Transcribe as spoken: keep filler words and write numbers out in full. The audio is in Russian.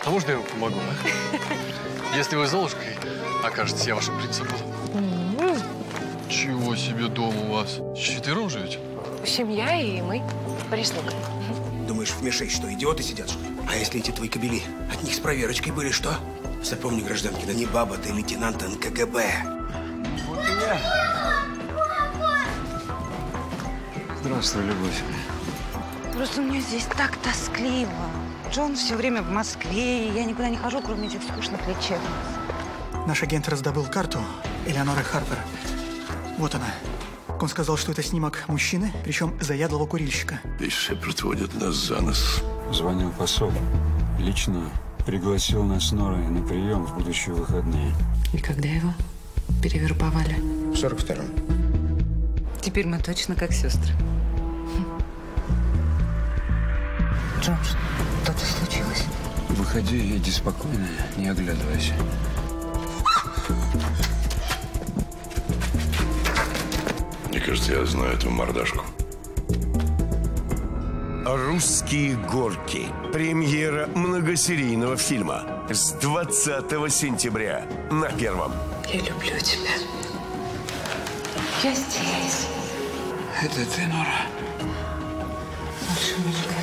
А можно я вам помогу, а? Если вы Золушкой окажетесь, я вашим принцем буду. Mm-hmm. Чего себе дом у вас? Четвером живете? Семья и мы. Прислуга. Думаешь, в Мишей что, идиоты сидят, что ли? А если эти твои кобели от них с проверочкой были, что? Запомни, гражданки, да не баба, ты лейтенант эн ка гэ бэ. Вот и я. Здравствуй, Любовь. Просто мне здесь так тоскливо. Джон все время в Москве, и я никуда не хожу, кроме этих скучных лечебниц. Наш агент раздобыл карту Элеоноры Харпер. Вот она. Он сказал, что это снимок мужчины, причем заядлого курильщика. Весь Шепард водит нас за нос. Звонил посол. Лично пригласил нас с Норой на прием в будущие выходные. И когда его перевербовали? В сорок втором. Теперь мы точно как сестры. Джон, что-то случилось? Выходи и иди спокойно, не оглядывайся. Мне кажется, я знаю эту мордашку. «Русские горки». Премьера многосерийного фильма с двадцатого сентября на Первом. Я люблю тебя. Я здесь. Это ты, Нора? Большой